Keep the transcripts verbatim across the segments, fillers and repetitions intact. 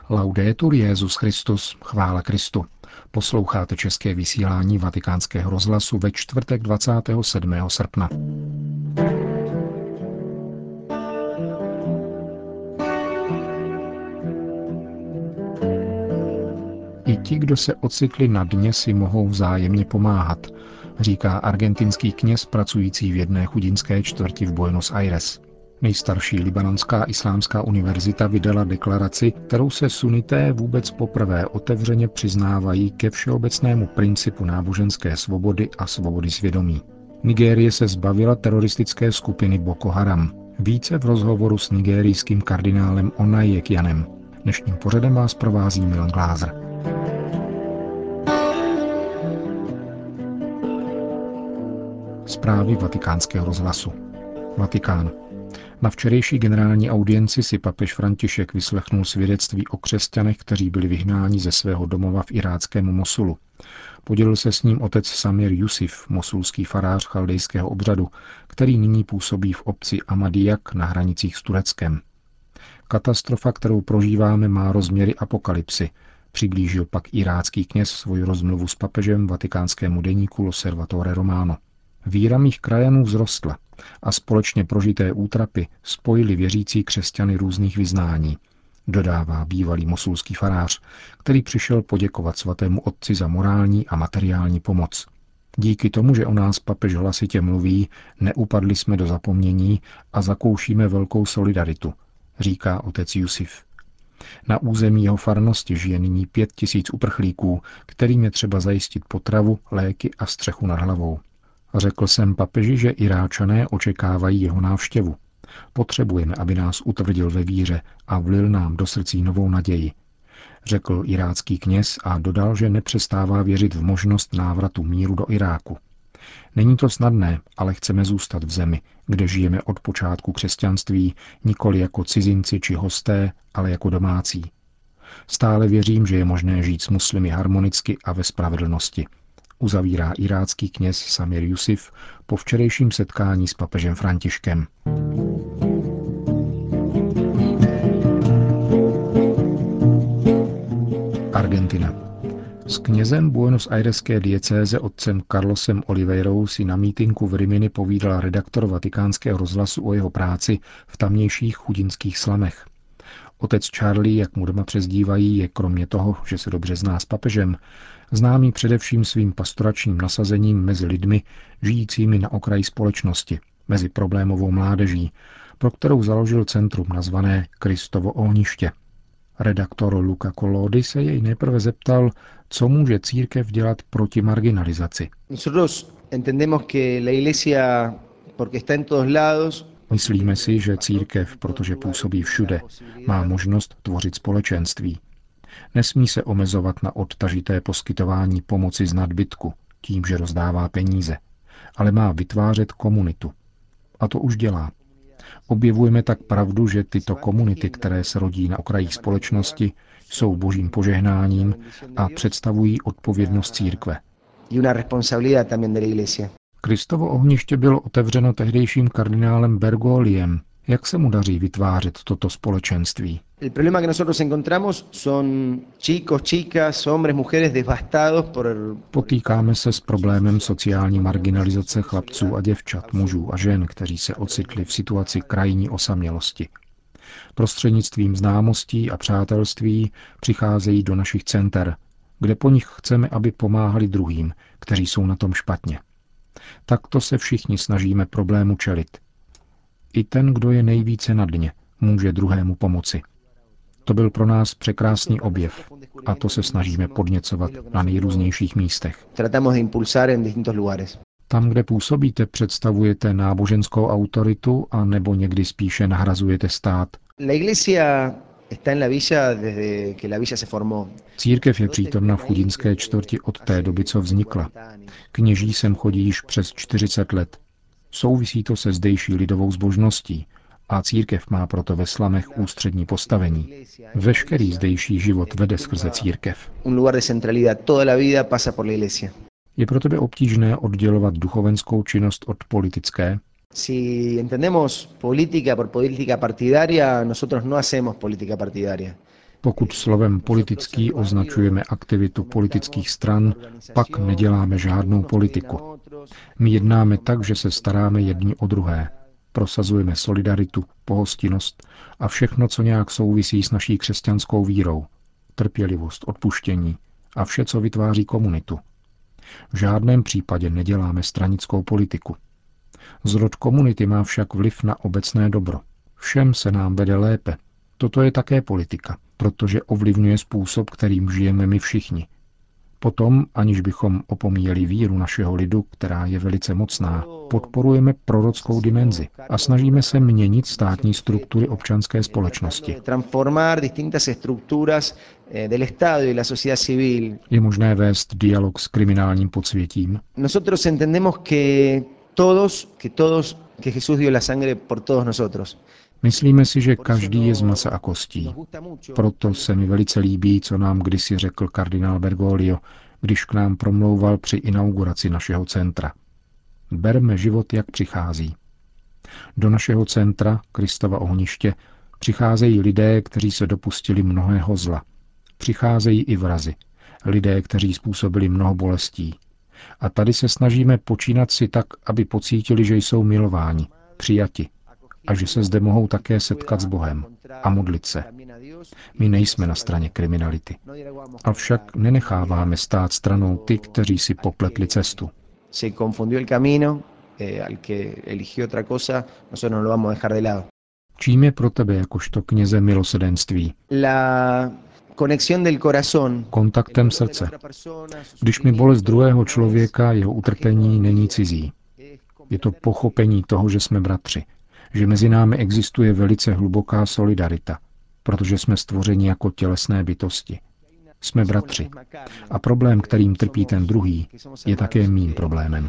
Laudetur Jesus Christus, chvála Kristu. Posloucháte české vysílání Vatikánského rozhlasu ve čtvrtek dvacátého sedmého srpna. I ti, kdo se ocitli na dně, si mohou vzájemně pomáhat, říká argentinský kněz pracující v jedné chudinské čtvrti v Buenos Aires. Nejstarší libanonská islámská univerzita vydala deklaraci, kterou se sunité vůbec poprvé otevřeně přiznávají ke všeobecnému principu náboženské svobody a svobody svědomí. Nigérie se zbavila teroristické skupiny Boko Haram. Více v rozhovoru s nigérijským kardinálem Onayekyanem. Dnešním pořadem vás provází Milan Glázer. Zprávy Vatikánského rozhlasu. Vatikán. Na včerejší generální audienci si papež František vyslechnul svědectví o křesťanech, kteří byli vyhnáni ze svého domova v iráckém Mosulu. Podělil se s ním otec Samir Yusuf, mosulský farář chaldejského obřadu, který nyní působí v obci Ahmadiyyak na hranicích s Tureckem. Katastrofa, kterou prožíváme, má rozměry apokalypsy, přiblížil pak irácký kněz svoji rozmluvu s papežem vatikánskému deníku L'Osservatore Romano. Víra mých krajanů vzrostla a společně prožité útrapy spojili věřící křesťany různých vyznání, dodává bývalý mosulský farář, který přišel poděkovat svatému otci za morální a materiální pomoc. Díky tomu, že o nás papež hlasitě mluví, neupadli jsme do zapomnění a zakoušíme velkou solidaritu, říká otec Jusif. Na území jeho farnosti žije nyní pět tisíc uprchlíků, kterým je třeba zajistit potravu, léky a střechu nad hlavou. Řekl jsem papeži, že Iráčané očekávají jeho návštěvu. Potřebujeme, aby nás utvrdil ve víře a vlil nám do srdcí novou naději. Řekl irácký kněz a dodal, že nepřestává věřit v možnost návratu míru do Iráku. Není to snadné, ale chceme zůstat v zemi, kde žijeme od počátku křesťanství, nikoli jako cizinci či hosté, ale jako domácí. Stále věřím, že je možné žít s muslimy harmonicky a ve spravedlnosti, uzavírá irácký kněz Samir Yusuf po včerejším setkání s papežem Františkem. Argentina. S knězem Buenos Aireské diecéze otcem Carlosem Oliveirou si na mítinku v Rimini povídal redaktor Vatikánského rozhlasu o jeho práci v tamnějších chudinských slamech. Otec Charlie, jak mu doma přezdívají, je kromě toho, že se dobře zná s papežem, známý především svým pastoračním nasazením mezi lidmi žijícími na okraji společnosti, mezi problémovou mládeží, pro kterou založil centrum nazvané Kristovo ohniště. Redaktor Luca Collodi se jej nejprve zeptal, co může církev dělat proti marginalizaci. Myslíme si, že církev, protože působí všude, má možnost tvořit společenství. Nesmí se omezovat na odtažité poskytování pomoci z nadbytku, tím, že rozdává peníze, ale má vytvářet komunitu. A to už dělá. Objevujeme tak pravdu, že tyto komunity, které se rodí na okrajích společnosti, jsou božím požehnáním a představují odpovědnost církve. Kristovo ohniště bylo otevřeno tehdejším kardinálem Bergogliem. Jak se mu daří vytvářet toto společenství? Potýkáme se s problémem sociální marginalizace chlapců a děvčat, mužů a žen, kteří se ocitli v situaci krajní osamělosti. Prostřednictvím známostí a přátelství přicházejí do našich center, kde po nich chceme, aby pomáhali druhým, kteří jsou na tom špatně. Takto se všichni snažíme problému čelit. I ten, kdo je nejvíce na dně, může druhému pomoci. To byl pro nás překrásný objev a to se snažíme podněcovat na nejrůznějších místech. Tam, kde působíte, představujete náboženskou autoritu a nebo někdy spíše nahrazujete stát? Církev je přítomna v chudinské čtvrti od té doby, co vznikla. Kněží sem chodí již přes čtyřicet let. Souvisí to se zdejší lidovou zbožností a církev má proto ve slamech ústřední postavení. Veškerý zdejší život vede skrze církev. Je pro tebe obtížné oddělovat duchovenskou činnost od politické? Si entendemos política por política partidaria, nosotros no hacemos política partidaria. Pokud slovem politický označujeme aktivitu politických stran, pak neděláme žádnou politiku. My jednáme tak, že se staráme jedni o druhé. Prosazujeme solidaritu, pohostinnost a všechno, co nějak souvisí s naší křesťanskou vírou. Trpělivost, odpuštění a vše, co vytváří komunitu. V žádném případě neděláme stranickou politiku. Zrod komunity má však vliv na obecné dobro. Všem se nám vede lépe. Toto je také politika, protože ovlivňuje způsob, kterým žijeme my všichni. Potom, aniž bychom opomíjeli víru našeho lidu, která je velice mocná, podporujeme prorockou dimenzi a snažíme se měnit státní struktury občanské společnosti. Je možné vést dialog s kriminálním podsvětím? Myslíme si, že každý je z masa a kostí. Proto se mi velice líbí, co nám kdysi řekl kardinál Bergoglio, když k nám promlouval při inauguraci našeho centra. Berme život, jak přichází. Do našeho centra, Kristova ohniště, přicházejí lidé, kteří se dopustili mnohého zla. Přicházejí i vrazi, lidé, kteří způsobili mnoho bolestí. A tady se snažíme počínat si tak, aby pocítili, že jsou milováni, přijati, a že se zde mohou také setkat s Bohem a modlit se. My nejsme na straně kriminality. Avšak nenecháváme stát stranou ty, kteří si popletli cestu. Čím je pro tebe jakožto kněze milosrdenství? Kontaktem srdce. Když mi bolest druhého člověka, jeho utrpení není cizí. Je to pochopení toho, že jsme bratři, že mezi námi existuje velice hluboká solidarita, protože jsme stvořeni jako tělesné bytosti. Jsme bratři. A problém, kterým trpí ten druhý, je také mým problémem.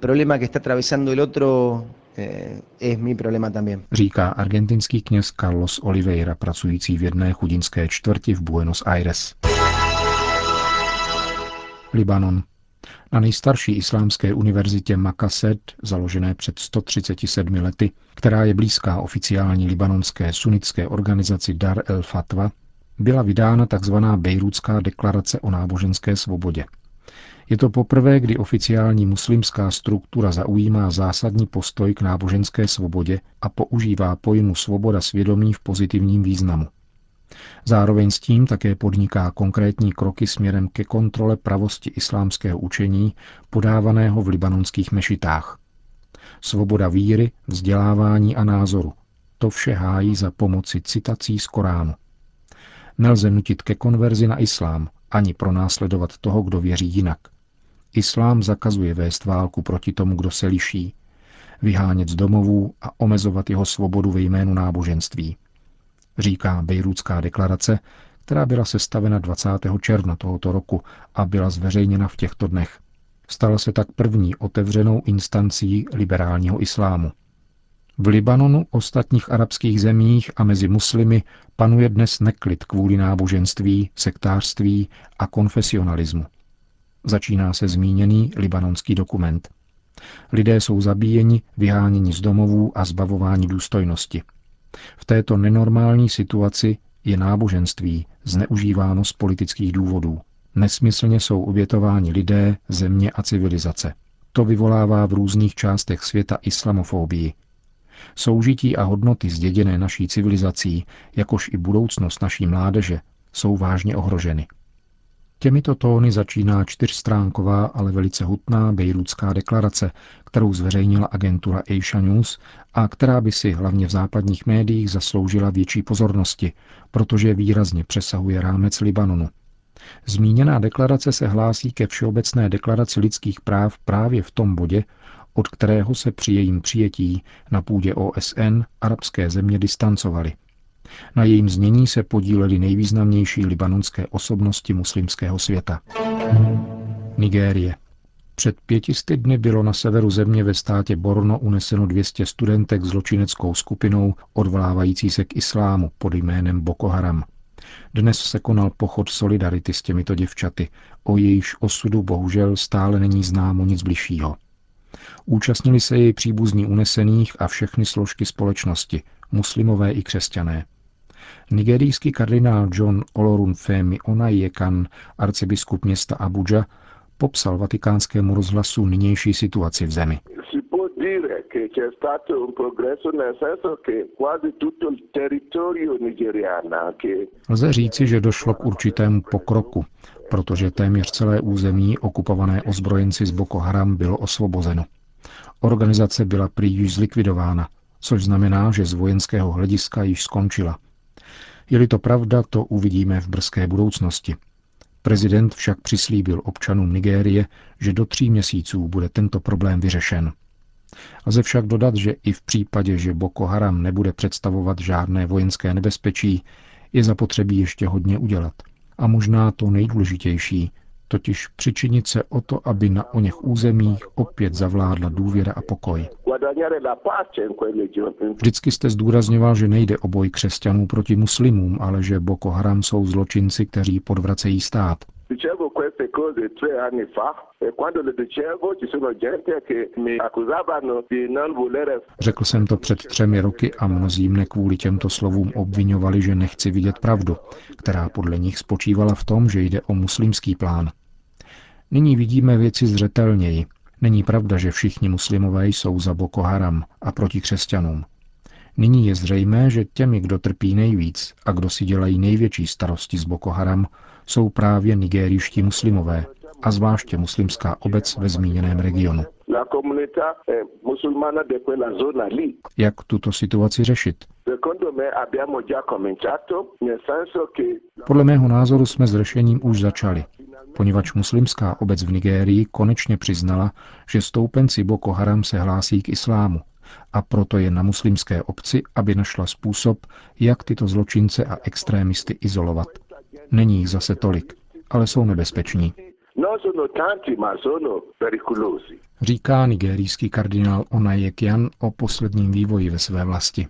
Říká argentinský kněz Carlos Oliveira, pracující v jedné chudinské čtvrti v Buenos Aires. Libanon. Na nejstarší islámské univerzitě Maqassed, založené před sto třiceti sedmi lety, která je blízká oficiální libanonské sunnické organizaci Dar el-Fatwa, byla vydána tzv. Bejrútská deklarace o náboženské svobodě. Je to poprvé, kdy oficiální muslimská struktura zaujímá zásadní postoj k náboženské svobodě a používá pojmu svoboda svědomí v pozitivním významu. Zároveň s tím také podniká konkrétní kroky směrem ke kontrole pravosti islámského učení podávaného v libanonských mešitách. Svoboda víry, vzdělávání a názoru. To vše hájí za pomoci citací z Koránu. Nelze nutit ke konverzi na islám, ani pronásledovat toho, kdo věří jinak. Islám zakazuje vést válku proti tomu, kdo se liší, vyhánět z domovů a omezovat jeho svobodu ve jménu náboženství. Říká Bejrútská deklarace, která byla sestavena dvacátého června tohoto roku a byla zveřejněna v těchto dnech. Stala se tak první otevřenou instancí liberálního islámu. V Libanonu, ostatních arabských zemích a mezi muslimy panuje dnes neklid kvůli náboženství, sektářství a konfesionalismu. Začíná se zmíněný libanonský dokument. Lidé jsou zabíjeni, vyháněni z domovů a zbavováni důstojnosti. V této nenormální situaci je náboženství zneužíváno z politických důvodů. Nesmyslně jsou obětováni lidé, země a civilizace. To vyvolává v různých částech světa islamofobii. Soužití a hodnoty zděděné naší civilizací, jakož i budoucnost naší mládeže, jsou vážně ohroženy. Těmito tóny začíná čtyřstránková, ale velice hutná Bejrútská deklarace, kterou zveřejnila agentura Asia News a která by si hlavně v západních médiích zasloužila větší pozornosti, protože výrazně přesahuje rámec Libanonu. Zmíněná deklarace se hlásí ke Všeobecné deklaraci lidských práv právě v tom bodě, od kterého se při jejím přijetí na půdě O S N arabské země distancovaly. Na jejím znění se podílely nejvýznamnější libanonské osobnosti muslimského světa. Nigérie. Před pětisty dny bylo na severu země ve státě Borno uneseno dvě stě studentek zločineckou skupinou odvolávající se k islámu pod jménem Boko Haram. Dnes se konal pochod solidarity s těmito děvčaty, o jejichž osudu bohužel stále není známo nic bližšího. Účastnili se jej příbuzní unesených a všechny složky společnosti, muslimové i křesťané. Nigerijský kardinál John Olorunfemi Onayekan, arcibiskup města Abuja, popsal Vatikánskému rozhlasu nynější situaci v zemi. Lze říci, že došlo k určitému pokroku, protože téměř celé území okupované ozbrojenci z Boko Haram bylo osvobozeno. Organizace byla prý již zlikvidována, což znamená, že z vojenského hlediska již skončila. Je-li to pravda, to uvidíme v brzké budoucnosti. Prezident však přislíbil občanům Nigérie, že do tří měsíců bude tento problém vyřešen. Lze však dodat, že i v případě, že Boko Haram nebude představovat žádné vojenské nebezpečí, je zapotřebí ještě hodně udělat. A možná to nejdůležitější, totiž přičinit se o to, aby na oněch územích opět zavládla důvěra a pokoj. Vždycky jste zdůrazňoval, že nejde o boj křesťanů proti muslimům, ale že Boko Haram jsou zločinci, kteří podvracejí stát. Řekl jsem to před třemi roky a mnozí mne kvůli těmto slovům obviňovali, že nechci vidět pravdu, která podle nich spočívala v tom, že jde o muslimský plán. Nyní vidíme věci zřetelněji. Není pravda, že všichni muslimové jsou za Boko Haram a proti křesťanům. Nyní je zřejmé, že těmi, kdo trpí nejvíc a kdo si dělají největší starosti z Boko Haram, jsou právě nigérijští muslimové a zvláště muslimská obec ve zmíněném regionu. Jak tuto situaci řešit? Podle mého názoru jsme s řešením už začali, poněvadž muslimská obec v Nigérii konečně přiznala, že stoupenci Boko Haram se hlásí k islámu a proto je na muslimské obci, aby našla způsob, jak tyto zločince a extrémisty izolovat. Není jich zase tolik, ale jsou nebezpeční. Říká nigérijský kardinál Onayekan o posledním vývoji ve své vlasti.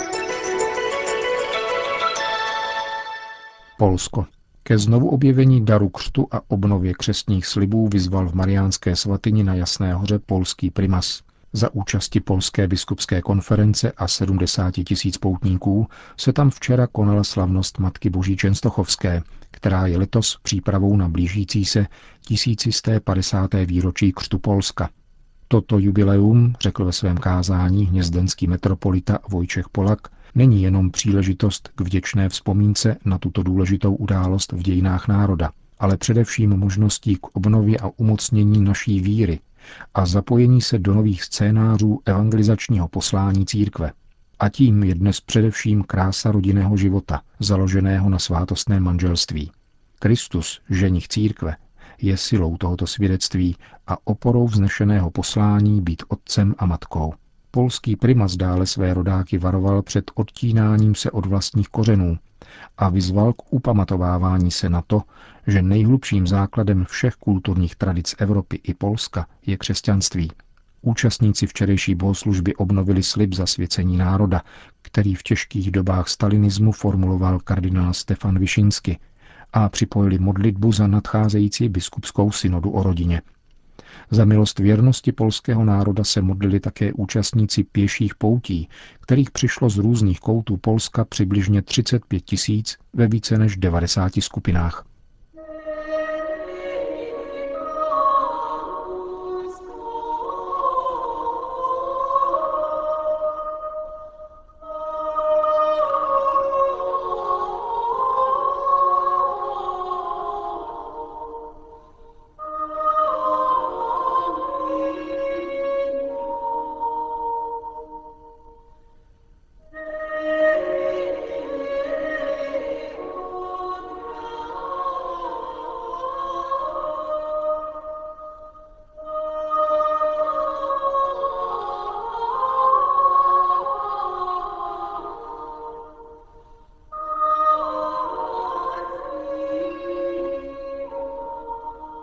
Polsko. Ke znovu objevení daru křtu a obnově křestních slibů vyzval v Mariánské svatyni na Jasné hoře polský primas. Za účasti Polské biskupské konference a sedmdesát tisíc poutníků se tam včera konala slavnost Matky Boží Čenstochovské, která je letos přípravou na blížící se tisícisté padesáté výročí křtu Polska. Toto jubileum, řekl ve svém kázání hnězdenský metropolita Vojtěch Polak, není jenom příležitost k vděčné vzpomínce na tuto důležitou událost v dějinách národa, ale především možností k obnově a umocnění naší víry a zapojení se do nových scénářů evangelizačního poslání církve. A tím je dnes především krása rodinného života, založeného na svátostném manželství. Kristus, ženich církve, je silou tohoto svědectví a oporou vznešeného poslání být otcem a matkou. Polský primas dále své rodáky varoval před odtínáním se od vlastních kořenů a vyzval k upamatovávání se na to, že nejhlubším základem všech kulturních tradic Evropy i Polska je křesťanství. Účastníci včerejší bohoslužby obnovili slib zasvěcení národa, který v těžkých dobách stalinismu formuloval kardinál Stefan Wyszyński, a připojili modlitbu za nadcházející biskupskou synodu o rodině. Za milost věrnosti polského národa se modlili také účastníci pěších poutí, kterých přišlo z různých koutů Polska přibližně třicet pět tisíc ve více než devadesáti skupinách.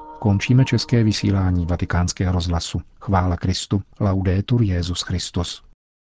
Končíme české vysílání Vatikánského rozhlasu. Chvála Kristu. Laudetur Jesus Christus.